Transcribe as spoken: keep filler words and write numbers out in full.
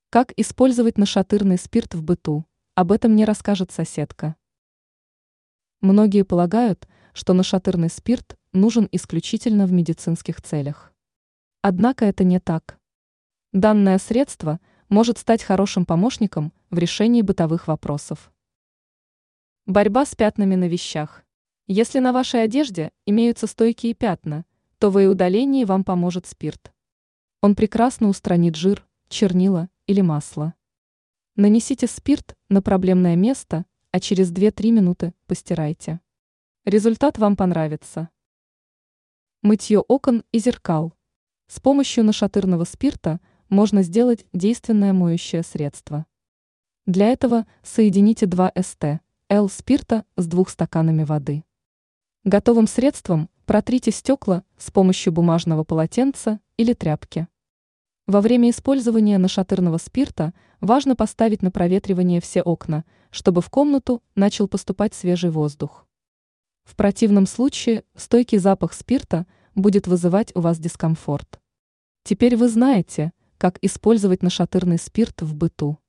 Как использовать нашатырный спирт в быту? Об этом мне расскажет соседка. Многие полагают, что нашатырный спирт нужен исключительно в медицинских целях. Однако это не так. Данное средство может стать хорошим помощником в решении бытовых вопросов. Борьба с пятнами на вещах. Если на вашей одежде имеются стойкие пятна, то в ее удалении вам поможет спирт. Он прекрасно устранит жир, чернила или масло. Нанесите спирт на проблемное место, а через две-три минуты постирайте. Результат вам понравится. Мытье окон и зеркал. С помощью нашатырного спирта можно сделать действенное моющее средство. Для этого соедините два эс тэ эл спирта с двух стаканами воды. Готовым средством протрите стекла с помощью бумажного полотенца или тряпки. Во время использования нашатырного спирта важно поставить на проветривание все окна, чтобы в комнату начал поступать свежий воздух. В противном случае стойкий запах спирта будет вызывать у вас дискомфорт. Теперь вы знаете, как использовать нашатырный спирт в быту.